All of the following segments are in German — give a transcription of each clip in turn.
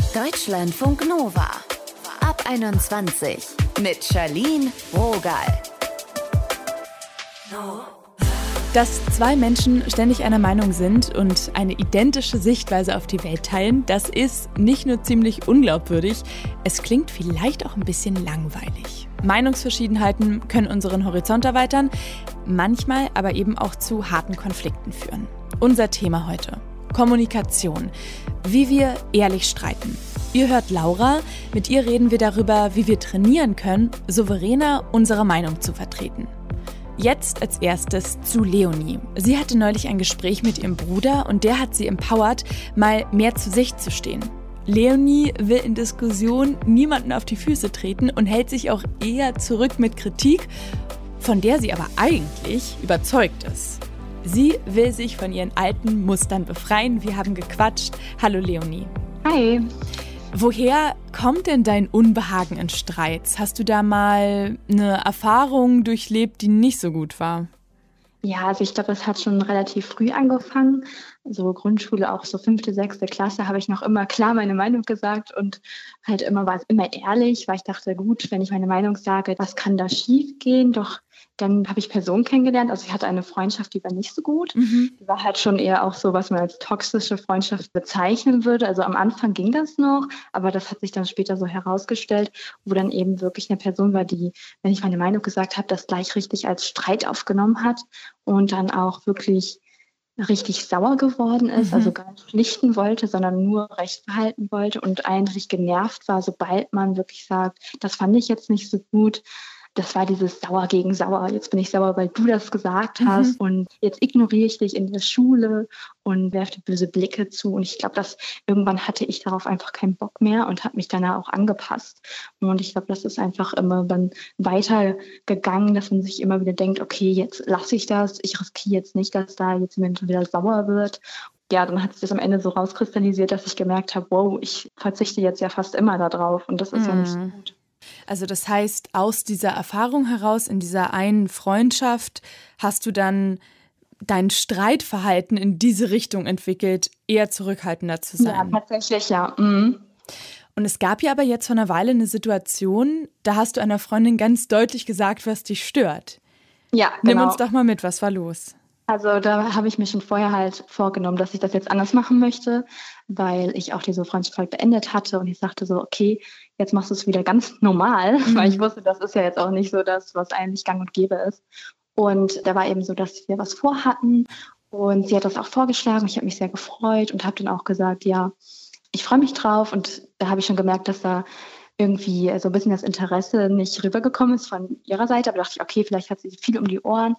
Deutschlandfunk Nova. Ab 21 mit Charlene Rogal. Dass zwei Menschen ständig einer Meinung sind und eine identische Sichtweise auf die Welt teilen, das ist nicht nur ziemlich unglaubwürdig, es klingt vielleicht auch ein bisschen langweilig. Meinungsverschiedenheiten können unseren Horizont erweitern, manchmal aber eben auch zu harten Konflikten führen. Unser Thema heute: Kommunikation. Wie wir ehrlich streiten. Ihr hört Laura, mit ihr reden wir darüber, wie wir trainieren können, souveräner unsere Meinung zu vertreten. Jetzt als erstes zu Leonie. Sie hatte neulich ein Gespräch mit ihrem Bruder und der hat sie empowert, mal mehr zu sich zu stehen. Leonie will in Diskussionen niemanden auf die Füße treten und hält sich auch eher zurück mit Kritik, von der sie aber eigentlich überzeugt ist. Sie will sich von ihren alten Mustern befreien. Wir haben gequatscht. Hallo Leonie. Hi. Woher kommt denn dein Unbehagen in Streits? Hast du da mal eine Erfahrung durchlebt, die nicht so gut war? Ja, also ich glaube, das hat schon relativ früh angefangen. So Grundschule, auch so 5., 6. Klasse, habe ich noch immer klar meine Meinung gesagt und halt war es immer ehrlich, weil ich dachte, gut, wenn ich meine Meinung sage, was kann da schief gehen? Doch dann habe ich Personen kennengelernt. Also ich hatte eine Freundschaft, die war nicht so gut. Die war halt schon eher auch so, was man als toxische Freundschaft bezeichnen würde. Also am Anfang ging das noch, aber das hat sich dann später so herausgestellt, wo dann eben wirklich eine Person war, die, wenn ich meine Meinung gesagt habe, das gleich richtig als Streit aufgenommen hat und dann auch wirklich richtig sauer geworden ist, also gar nicht schlichten wollte, sondern nur Recht behalten wollte und eigentlich genervt war, sobald man wirklich sagt, das fand ich jetzt nicht so gut. Das war dieses Sauer gegen Sauer. Jetzt bin ich sauer, weil du das gesagt hast und jetzt ignoriere ich dich in der Schule und werfe dir böse Blicke zu. Und ich glaube, dass irgendwann hatte ich darauf einfach keinen Bock mehr und habe mich danach auch angepasst. Und ich glaube, das ist einfach immer dann weitergegangen, dass man sich immer wieder denkt, okay, jetzt lasse ich das. Ich riskiere jetzt nicht, dass da jetzt jemand wieder sauer wird. Ja, dann hat sich das am Ende so rauskristallisiert, dass ich gemerkt habe, wow, ich verzichte jetzt ja fast immer da drauf und das ist ja nicht so gut. Also das heißt, aus dieser Erfahrung heraus, in dieser einen Freundschaft, hast du dann dein Streitverhalten in diese Richtung entwickelt, eher zurückhaltender zu sein? Ja, tatsächlich, ja. Und es gab ja aber jetzt vor einer Weile eine Situation, da hast du einer Freundin ganz deutlich gesagt, was dich stört. Ja, genau. Nimm uns doch mal mit, was war los? Also da habe ich mir schon vorher halt vorgenommen, dass ich das jetzt anders machen möchte, weil ich auch diese Freundschaft halt beendet hatte und ich sagte so, okay, jetzt machst du es wieder ganz normal, weil ich wusste, das ist ja jetzt auch nicht so das, was eigentlich gang und gäbe ist. Und da war eben so, dass wir was vorhatten und sie hat das auch vorgeschlagen. Ich habe mich sehr gefreut und habe dann auch gesagt, ja, ich freue mich drauf. Und da habe ich schon gemerkt, dass da irgendwie so ein bisschen das Interesse nicht rübergekommen ist von ihrer Seite. Aber dachte ich, okay, vielleicht hat sie viel um die Ohren.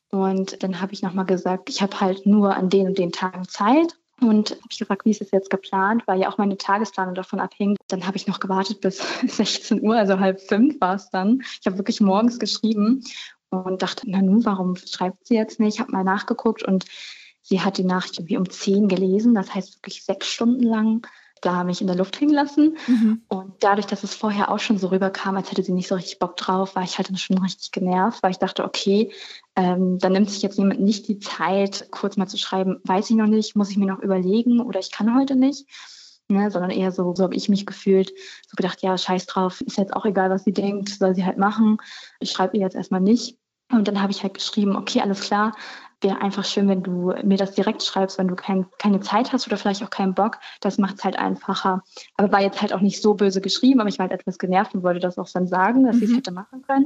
Und dann habe ich nochmal gesagt, ich habe halt nur an den und den Tagen Zeit. Und habe ich gefragt, wie ist es jetzt geplant, weil ja auch meine Tagesplanung davon abhängt. Dann habe ich noch gewartet bis 16 Uhr, also 4:30 war es dann. Ich habe wirklich morgens geschrieben und dachte, na nun, warum schreibt sie jetzt nicht? Ich habe mal nachgeguckt und sie hat die Nachricht irgendwie um 10 gelesen. Das heißt wirklich 6 Stunden lang da mich in der Luft hängen lassen. Und dadurch, dass es vorher auch schon so rüberkam, als hätte sie nicht so richtig Bock drauf, war ich halt dann schon richtig genervt, weil ich dachte, okay, dann nimmt sich jetzt jemand nicht die Zeit, kurz mal zu schreiben, weiß ich noch nicht, muss ich mir noch überlegen oder ich kann heute nicht. Ne, sondern eher so habe ich mich gefühlt, so gedacht, ja, scheiß drauf, ist jetzt auch egal, was sie denkt, soll sie halt machen. Ich schreibe ihr jetzt erstmal nicht. Und dann habe ich halt geschrieben, okay, alles klar, wäre einfach schön, wenn du mir das direkt schreibst, wenn du keine Zeit hast oder vielleicht auch keinen Bock. Das macht es halt einfacher. Aber war jetzt halt auch nicht so böse geschrieben, aber ich war halt etwas genervt und wollte das auch dann sagen, dass sie es hätte machen können.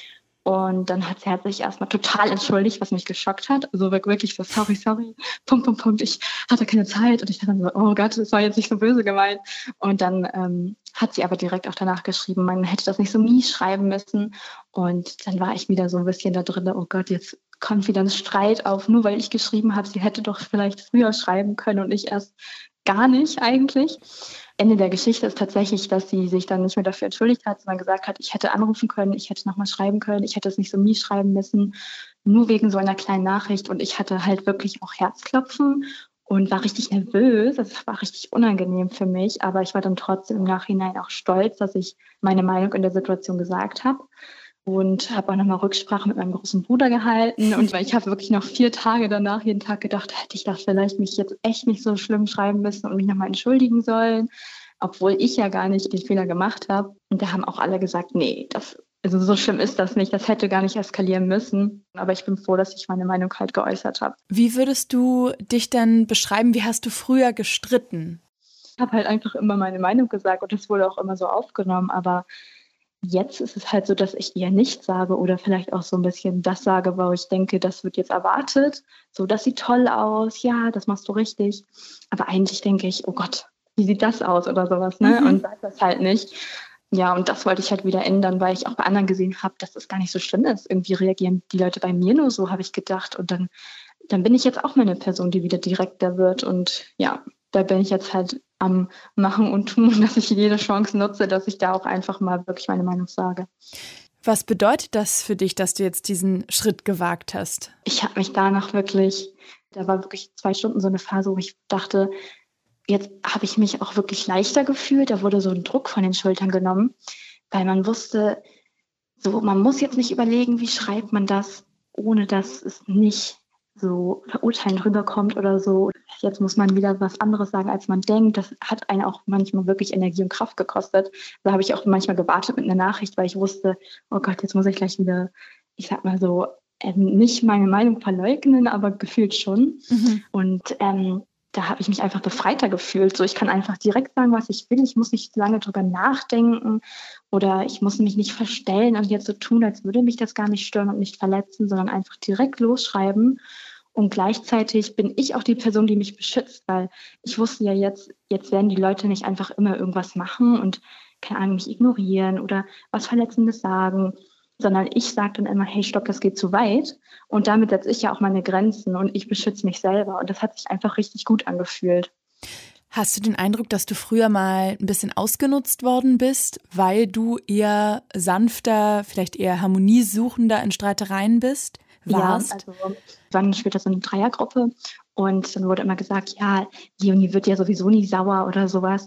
Und dann hat sie sich erstmal total entschuldigt, was mich geschockt hat. Also wirklich so, sorry, ich hatte keine Zeit. Und ich dachte dann so, oh Gott, das war jetzt nicht so böse gemeint. Und dann hat sie aber direkt auch danach geschrieben, man hätte das nicht so mies schreiben müssen. Und dann war ich wieder so ein bisschen da drin, oh Gott, jetzt kommt wieder ein Streit auf, nur weil ich geschrieben habe, sie hätte doch vielleicht früher schreiben können und ich erst gar nicht eigentlich. Ende der Geschichte ist tatsächlich, dass sie sich dann nicht mehr dafür entschuldigt hat, sondern gesagt hat, ich hätte anrufen können, ich hätte nochmal schreiben können, ich hätte es nicht so mies schreiben müssen, nur wegen so einer kleinen Nachricht. Und ich hatte halt wirklich auch Herzklopfen und war richtig nervös. Das war richtig unangenehm für mich, aber ich war dann trotzdem im Nachhinein auch stolz, dass ich meine Meinung in der Situation gesagt habe. und habe auch nochmal Rücksprache mit meinem großen Bruder gehalten. Und ich habe wirklich noch 4 Tage danach jeden Tag gedacht, hätte ich das vielleicht mich jetzt echt nicht so schlimm schreiben müssen und mich nochmal entschuldigen sollen, obwohl ich ja gar nicht den Fehler gemacht habe. Und da haben auch alle gesagt, nee, also so schlimm ist das nicht, das hätte gar nicht eskalieren müssen. Aber ich bin froh, dass ich meine Meinung halt geäußert habe. Wie würdest du dich denn beschreiben, wie hast du früher gestritten? Ich habe halt einfach immer meine Meinung gesagt und das wurde auch immer so aufgenommen. Aber jetzt ist es halt so, dass ich eher nicht sage oder vielleicht auch so ein bisschen das sage, wo ich denke, das wird jetzt erwartet. So, das sieht toll aus, ja, das machst du richtig. Aber eigentlich denke ich, oh Gott, wie sieht das aus oder sowas, ne? Und sage das halt nicht. Ja, und das wollte ich halt wieder ändern, weil ich auch bei anderen gesehen habe, dass es gar nicht so schlimm ist. Irgendwie reagieren die Leute bei mir nur so, habe ich gedacht. Und dann bin ich jetzt auch mal eine Person, die wieder direkter wird. Und ja, da bin ich jetzt halt am Machen und Tun, dass ich jede Chance nutze, dass ich da auch einfach mal wirklich meine Meinung sage. Was bedeutet das für dich, dass du jetzt diesen Schritt gewagt hast? Ich habe mich danach wirklich, da war wirklich 2 Stunden so eine Phase, wo ich dachte, jetzt habe ich mich auch wirklich leichter gefühlt. Da wurde so ein Druck von den Schultern genommen, weil man wusste, so man muss jetzt nicht überlegen, wie schreibt man das, ohne dass es nicht so verurteilend rüberkommt oder so. Jetzt muss man wieder was anderes sagen, als man denkt. Das hat einen auch manchmal wirklich Energie und Kraft gekostet. Da habe ich auch manchmal gewartet mit einer Nachricht, weil ich wusste, oh Gott, jetzt muss ich gleich wieder, ich sag mal so, nicht meine Meinung verleugnen, aber gefühlt schon. Und da habe ich mich einfach befreiter gefühlt. So, ich kann einfach direkt sagen, was ich will. Ich muss nicht lange drüber nachdenken oder ich muss mich nicht verstellen und jetzt so tun, als würde mich das gar nicht stören und nicht verletzen, sondern einfach direkt losschreiben. Und gleichzeitig bin ich auch die Person, die mich beschützt, weil ich wusste ja jetzt werden die Leute nicht einfach immer irgendwas machen und, keine Ahnung, mich ignorieren oder was Verletzendes sagen, sondern ich sage dann immer, hey, stopp, das geht zu weit. Und damit setze ich ja auch meine Grenzen und ich beschütze mich selber. Und das hat sich einfach richtig gut angefühlt. Hast du den Eindruck, dass du früher mal ein bisschen ausgenutzt worden bist, weil du eher sanfter, vielleicht eher harmoniesuchender in Streitereien warst? Ja, also wir waren später so eine Dreiergruppe und dann wurde immer gesagt, ja, Leonie wird ja sowieso nie sauer oder sowas.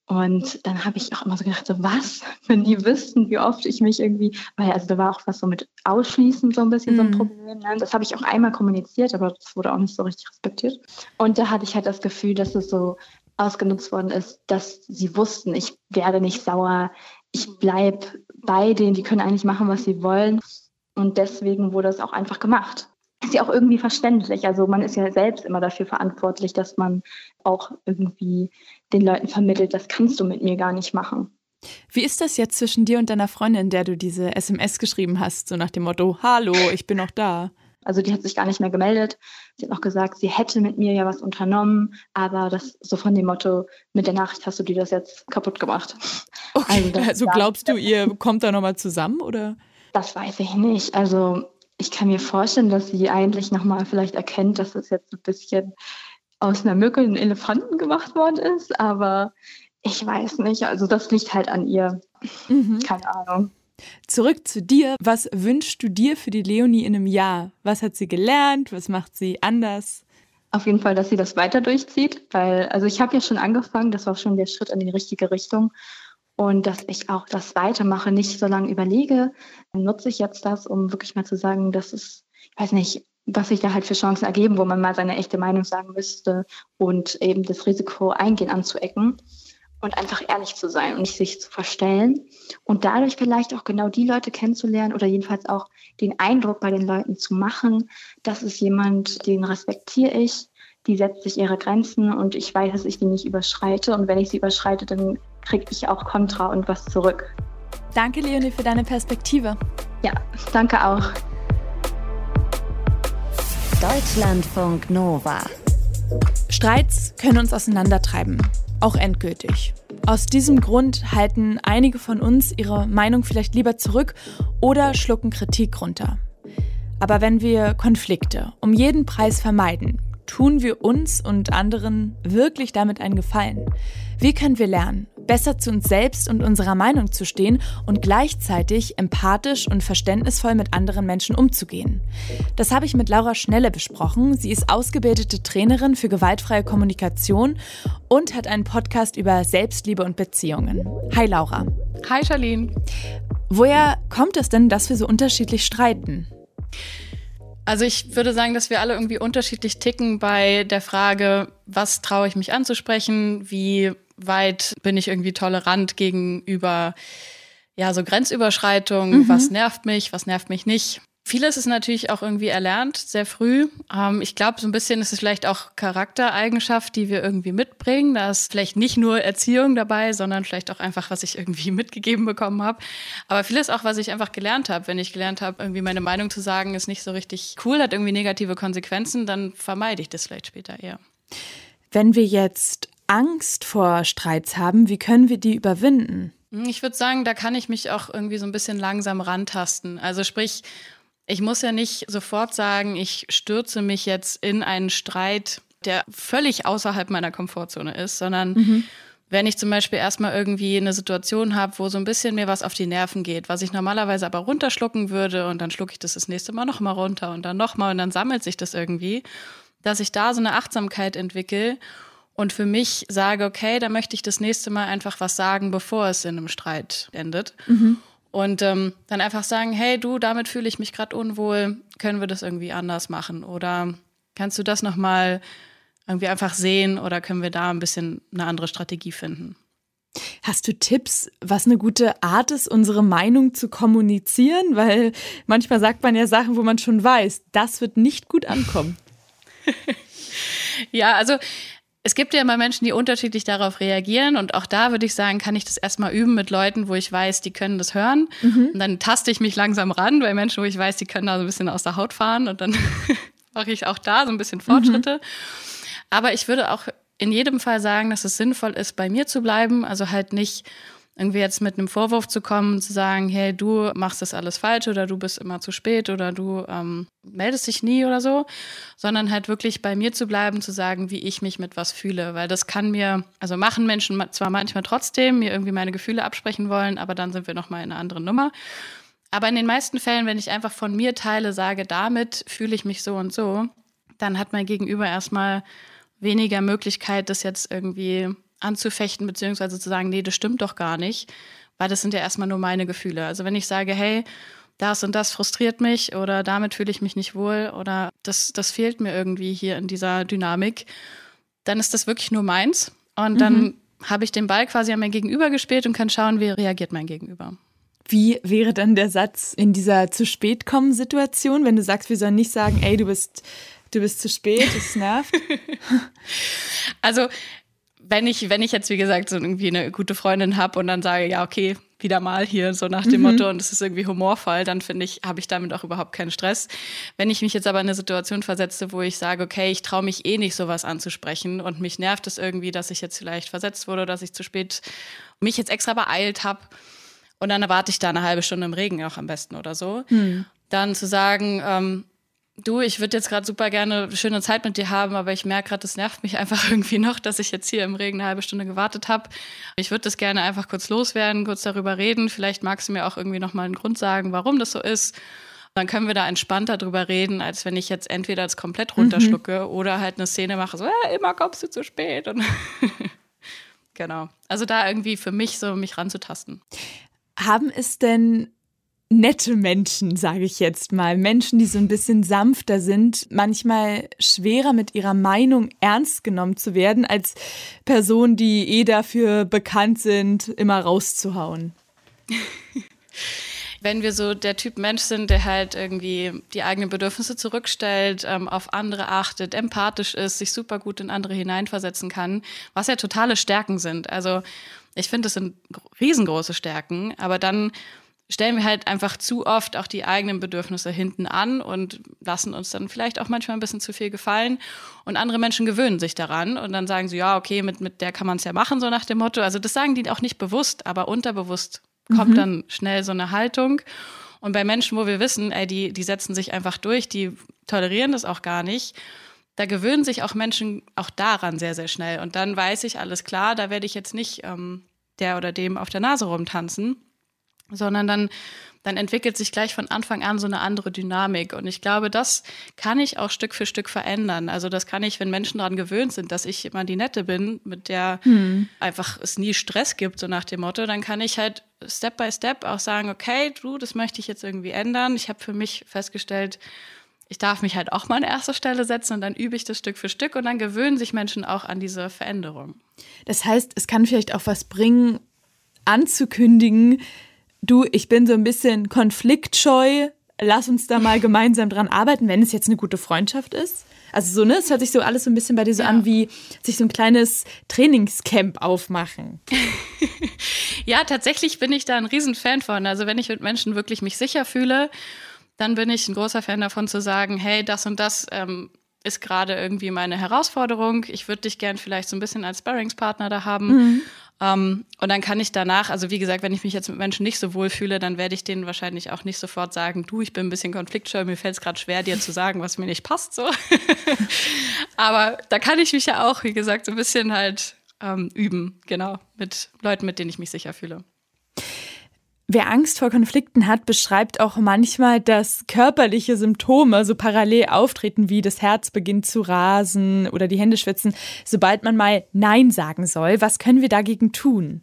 Und dann habe ich auch immer so gedacht, so was, wenn die wüssten, wie oft ich mich irgendwie, weil also da war auch was so mit Ausschließen so ein bisschen so ein Problem. Ne? Das habe ich auch einmal kommuniziert, aber das wurde auch nicht so richtig respektiert. Und da hatte ich halt das Gefühl, dass es so ausgenutzt worden ist, dass sie wussten, ich werde nicht sauer, ich bleibe bei denen, die können eigentlich machen, was sie wollen. Und deswegen wurde es auch einfach gemacht. Ist ja auch irgendwie verständlich. Also man ist ja selbst immer dafür verantwortlich, dass man auch irgendwie den Leuten vermittelt, das kannst du mit mir gar nicht machen. Wie ist das jetzt zwischen dir und deiner Freundin, der du diese SMS geschrieben hast, so nach dem Motto, hallo, ich bin noch da? Also die hat sich gar nicht mehr gemeldet. Sie hat auch gesagt, sie hätte mit mir ja was unternommen, aber das so von dem Motto, mit der Nachricht hast du dir das jetzt kaputt gemacht. Okay, also glaubst du, ihr kommt da nochmal zusammen, oder? Das weiß ich nicht. Also ich kann mir vorstellen, dass sie eigentlich nochmal vielleicht erkennt, dass es jetzt ein bisschen aus einer Mücke ein Elefanten gemacht worden ist, aber ich weiß nicht. Also das liegt halt an ihr. Keine Ahnung. Zurück zu dir. Was wünschst du dir für die Leonie in einem Jahr? Was hat sie gelernt? Was macht sie anders? Auf jeden Fall, dass sie das weiter durchzieht, weil also ich habe ja schon angefangen, das war schon der Schritt in die richtige Richtung. Und dass ich auch das weitermache, nicht so lange überlege, dann nutze ich jetzt das, um wirklich mal zu sagen, dass es, ich weiß nicht, was sich da halt für Chancen ergeben, wo man mal seine echte Meinung sagen müsste und eben das Risiko eingehen, anzuecken und einfach ehrlich zu sein und nicht sich zu verstellen und dadurch vielleicht auch genau die Leute kennenzulernen oder jedenfalls auch den Eindruck bei den Leuten zu machen, das ist jemand, den respektiere ich, die setzt sich ihre Grenzen und ich weiß, dass ich die nicht überschreite und wenn ich sie überschreite, dann kriege ich auch Kontra und was zurück. Danke, Leonie, für deine Perspektive. Ja, danke auch. Deutschlandfunk Nova. Streits können uns auseinandertreiben, auch endgültig. Aus diesem Grund halten einige von uns ihre Meinung vielleicht lieber zurück oder schlucken Kritik runter. Aber wenn wir Konflikte um jeden Preis vermeiden, tun wir uns und anderen wirklich damit einen Gefallen? Wie können wir lernen, besser zu uns selbst und unserer Meinung zu stehen und gleichzeitig empathisch und verständnisvoll mit anderen Menschen umzugehen? Das habe ich mit Laura Schnelle besprochen. Sie ist ausgebildete Trainerin für gewaltfreie Kommunikation und hat einen Podcast über Selbstliebe und Beziehungen. Hi Laura. Hi Charlene. Woher kommt es denn, dass wir so unterschiedlich streiten? Also ich würde sagen, dass wir alle irgendwie unterschiedlich ticken bei der Frage, was traue ich mich anzusprechen, wie weit bin ich irgendwie tolerant gegenüber so Grenzüberschreitungen, was nervt mich nicht. Vieles ist natürlich auch irgendwie erlernt, sehr früh. Ich glaube, so ein bisschen ist es vielleicht auch Charaktereigenschaft, die wir irgendwie mitbringen. Da ist vielleicht nicht nur Erziehung dabei, sondern vielleicht auch einfach, was ich irgendwie mitgegeben bekommen habe. Aber vieles auch, was ich einfach gelernt habe. Wenn ich gelernt habe, irgendwie meine Meinung zu sagen, ist nicht so richtig cool, hat irgendwie negative Konsequenzen, dann vermeide ich das vielleicht später eher. Wenn wir jetzt Angst vor Streits haben, wie können wir die überwinden? Ich würde sagen, da kann ich mich auch irgendwie so ein bisschen langsam rantasten. Also sprich, ich muss ja nicht sofort sagen, ich stürze mich jetzt in einen Streit, der völlig außerhalb meiner Komfortzone ist, sondern wenn ich zum Beispiel erstmal irgendwie eine Situation habe, wo so ein bisschen mir was auf die Nerven geht, was ich normalerweise aber runterschlucken würde und dann schlucke ich das nächste Mal nochmal runter und dann nochmal und dann sammelt sich das irgendwie, dass ich da so eine Achtsamkeit entwickle und für mich sage, okay, da möchte ich das nächste Mal einfach was sagen, bevor es in einem Streit endet. Und dann einfach sagen, hey du, damit fühle ich mich gerade unwohl, können wir das irgendwie anders machen? Oder kannst du das nochmal irgendwie einfach sehen oder können wir da ein bisschen eine andere Strategie finden? Hast du Tipps, was eine gute Art ist, unsere Meinung zu kommunizieren? Weil manchmal sagt man ja Sachen, wo man schon weiß, das wird nicht gut ankommen. Ja, also es gibt ja immer Menschen, die unterschiedlich darauf reagieren und auch da würde ich sagen, kann ich das erstmal üben mit Leuten, wo ich weiß, die können das hören und dann taste ich mich langsam ran bei Menschen, wo ich weiß, die können da so ein bisschen aus der Haut fahren und dann mache ich auch da so ein bisschen Fortschritte. Aber ich würde auch in jedem Fall sagen, dass es sinnvoll ist, bei mir zu bleiben, also halt nicht irgendwie jetzt mit einem Vorwurf zu kommen und zu sagen, hey, du machst das alles falsch oder du bist immer zu spät oder du meldest dich nie oder so, sondern halt wirklich bei mir zu bleiben, zu sagen, wie ich mich mit was fühle, weil das kann mir, also machen Menschen zwar manchmal trotzdem, mir irgendwie meine Gefühle absprechen wollen, aber dann sind wir nochmal in einer anderen Nummer. Aber in den meisten Fällen, wenn ich einfach von mir teile, sage, damit fühle ich mich so und so, dann hat mein Gegenüber erstmal weniger Möglichkeit, das jetzt irgendwie anzufechten, beziehungsweise zu sagen, nee, das stimmt doch gar nicht, weil das sind ja erstmal nur meine Gefühle. Also wenn ich sage, hey, das und das frustriert mich oder damit fühle ich mich nicht wohl oder das fehlt mir irgendwie hier in dieser Dynamik, dann ist das wirklich nur meins und dann habe ich den Ball quasi an mein Gegenüber gespielt und kann schauen, wie reagiert mein Gegenüber. Wie wäre dann der Satz in dieser Zu-spät-kommen-Situation, wenn du sagst, wir sollen nicht sagen, ey, du bist zu spät, das nervt? Also wenn ich jetzt, wie gesagt, so irgendwie eine gute Freundin habe und dann sage, ja, okay, wieder mal hier, so nach dem Motto, und es ist irgendwie humorvoll, dann finde ich, habe ich damit auch überhaupt keinen Stress. Wenn ich mich jetzt aber in eine Situation versetze, wo ich sage, okay, ich traue mich eh nicht, sowas anzusprechen und mich nervt es irgendwie, dass ich jetzt vielleicht versetzt wurde oder dass ich zu spät mich jetzt extra beeilt habe und dann erwarte ich da eine halbe Stunde im Regen auch am besten oder so, dann zu sagen, du, ich würde jetzt gerade super gerne eine schöne Zeit mit dir haben, aber ich merke gerade, das nervt mich einfach irgendwie noch, dass ich jetzt hier im Regen eine halbe Stunde gewartet habe. Ich würde das gerne einfach kurz loswerden, kurz darüber reden. Vielleicht magst du mir auch irgendwie nochmal einen Grund sagen, warum das so ist. Dann können wir da entspannter drüber reden, als wenn ich jetzt entweder das komplett runterschlucke oder halt eine Szene mache, so, immer kommst du zu spät. Und genau. Also da irgendwie für mich so mich ranzutasten. Haben es denn nette Menschen, sage ich jetzt mal, Menschen, die so ein bisschen sanfter sind, manchmal schwerer mit ihrer Meinung ernst genommen zu werden, als Personen, die dafür bekannt sind, immer rauszuhauen? Wenn wir so der Typ Mensch sind, der halt irgendwie die eigenen Bedürfnisse zurückstellt, auf andere achtet, empathisch ist, sich super gut in andere hineinversetzen kann, was ja totale Stärken sind. Also ich finde, das sind riesengroße Stärken, aber dann stellen wir halt einfach zu oft auch die eigenen Bedürfnisse hinten an und lassen uns dann vielleicht auch manchmal ein bisschen zu viel gefallen. Und andere Menschen gewöhnen sich daran und dann sagen sie, ja, okay, mit der kann man es ja machen, so nach dem Motto. Also das sagen die auch nicht bewusst, aber unterbewusst kommt dann schnell so eine Haltung. Und bei Menschen, wo wir wissen, die setzen sich einfach durch, die tolerieren das auch gar nicht, da gewöhnen sich auch Menschen auch daran sehr, sehr schnell. Und dann weiß ich, alles klar, da werde ich jetzt nicht der oder dem auf der Nase rumtanzen, sondern dann entwickelt sich gleich von Anfang an so eine andere Dynamik. Und ich glaube, das kann ich auch Stück für Stück verändern. Also das kann ich, wenn Menschen daran gewöhnt sind, dass ich immer die Nette bin, mit der einfach es nie Stress gibt, so nach dem Motto, dann kann ich halt Step by Step auch sagen, okay, das möchte ich jetzt irgendwie ändern. Ich habe für mich festgestellt, ich darf mich halt auch mal an erste Stelle setzen und dann übe ich das Stück für Stück und dann gewöhnen sich Menschen auch an diese Veränderung. Das heißt, es kann vielleicht auch was bringen, anzukündigen, du, ich bin so ein bisschen konfliktscheu, lass uns da mal gemeinsam dran arbeiten, wenn es jetzt eine gute Freundschaft ist. Also so, ne, es hört sich so alles so ein bisschen bei dir so an, wie sich so ein kleines Trainingscamp aufmachen. Ja, tatsächlich bin ich da ein Riesenfan von. Also wenn ich mit Menschen wirklich mich sicher fühle, dann bin ich ein großer Fan davon zu sagen, hey, das und das ist gerade irgendwie meine Herausforderung. Ich würde dich gern vielleicht so ein bisschen als Sparringspartner da haben. Und dann kann ich danach, also wie gesagt, wenn ich mich jetzt mit Menschen nicht so wohl fühle, dann werde ich denen wahrscheinlich auch nicht sofort sagen, du, ich bin ein bisschen konfliktscheu, mir fällt es gerade schwer, dir zu sagen, was mir nicht passt. So. Aber da kann ich mich ja auch, wie gesagt, so ein bisschen halt üben, genau, mit Leuten, mit denen ich mich sicher fühle. Wer Angst vor Konflikten hat, beschreibt auch manchmal, dass körperliche Symptome so parallel auftreten, wie das Herz beginnt zu rasen oder die Hände schwitzen, sobald man mal Nein sagen soll. Was können wir dagegen tun?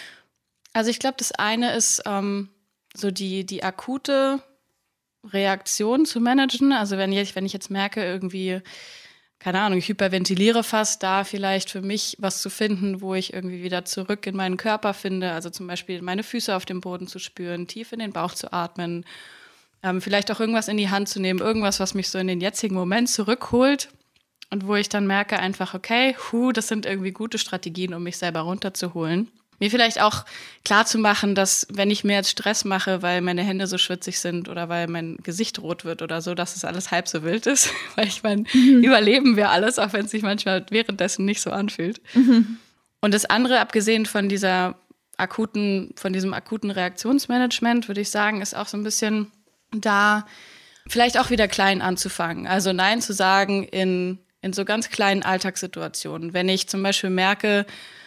Also ich glaube, das eine ist so die akute Reaktion zu managen. Also wenn ich jetzt merke, irgendwie, keine Ahnung, ich hyperventiliere fast, da vielleicht für mich was zu finden, wo ich irgendwie wieder zurück in meinen Körper finde. Also zum Beispiel meine Füße auf dem Boden zu spüren, tief in den Bauch zu atmen, vielleicht auch irgendwas in die Hand zu nehmen, irgendwas, was mich so in den jetzigen Moment zurückholt und wo ich dann merke einfach, okay, das sind irgendwie gute Strategien, um mich selber runterzuholen. Mir vielleicht auch klar zu machen, dass wenn ich mir jetzt Stress mache, weil meine Hände so schwitzig sind oder weil mein Gesicht rot wird oder so, dass es alles halb so wild ist. Weil ich meine, überleben wir alles, auch wenn es sich manchmal währenddessen nicht so anfühlt. Und das andere, abgesehen von diesem akuten Reaktionsmanagement, würde ich sagen, ist auch so ein bisschen da, vielleicht auch wieder klein anzufangen. Also Nein zu sagen in so ganz kleinen Alltagssituationen. Wenn ich zum Beispiel merke,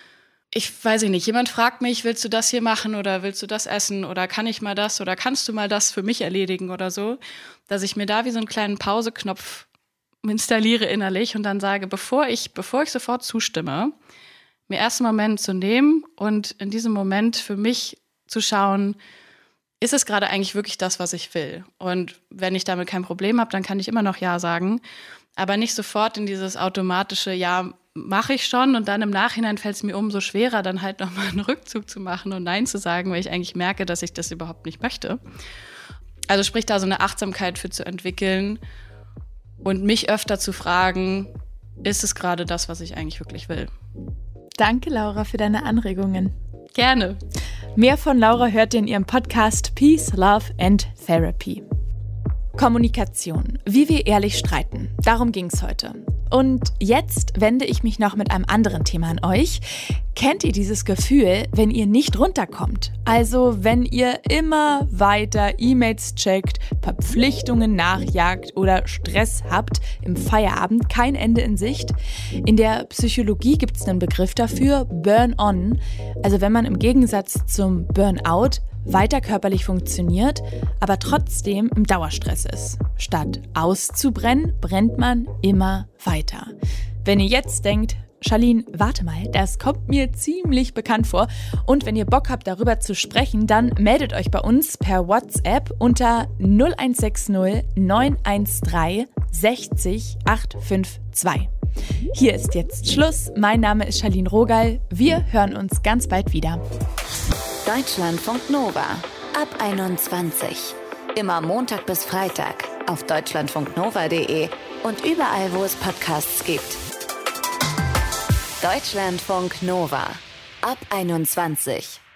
ich weiß nicht, jemand fragt mich, willst du das hier machen oder willst du das essen oder kann ich mal das oder kannst du mal das für mich erledigen oder so, dass ich mir da wie so einen kleinen Pauseknopf installiere innerlich und dann sage, bevor ich sofort zustimme, mir erst einen Moment zu nehmen und in diesem Moment für mich zu schauen, ist es gerade eigentlich wirklich das, was ich will? Und wenn ich damit kein Problem habe, dann kann ich immer noch Ja sagen, aber nicht sofort in dieses automatische Ja mache ich schon und dann im Nachhinein fällt es mir umso schwerer, dann halt nochmal einen Rückzug zu machen und Nein zu sagen, weil ich eigentlich merke, dass ich das überhaupt nicht möchte. Also sprich da so eine Achtsamkeit für zu entwickeln und mich öfter zu fragen, ist es gerade das, was ich eigentlich wirklich will? Danke, Laura, für deine Anregungen. Gerne. Mehr von Laura hört ihr in ihrem Podcast Peace, Love and Therapy. Kommunikation. Wie wir ehrlich streiten. Darum ging es heute. Und jetzt wende ich mich noch mit einem anderen Thema an euch. Kennt ihr dieses Gefühl, wenn ihr nicht runterkommt? Also wenn ihr immer weiter E-Mails checkt, Verpflichtungen nachjagt oder Stress habt, im Feierabend kein Ende in Sicht? In der Psychologie gibt es einen Begriff dafür, Burn-on. Also wenn man im Gegensatz zum Burnout weiter körperlich funktioniert, aber trotzdem im Dauerstress ist. Statt auszubrennen, brennt man immer weiter. Wenn ihr jetzt denkt, Charlene, warte mal, das kommt mir ziemlich bekannt vor. Und wenn ihr Bock habt, darüber zu sprechen, dann meldet euch bei uns per WhatsApp unter 0160 913 60 852. Hier ist jetzt Schluss. Mein Name ist Charlene Rogal. Wir hören uns ganz bald wieder. Deutschlandfunk Nova ab 21. Immer Montag bis Freitag auf deutschlandfunknova.de und überall, wo es Podcasts gibt. Deutschlandfunk Nova ab 21.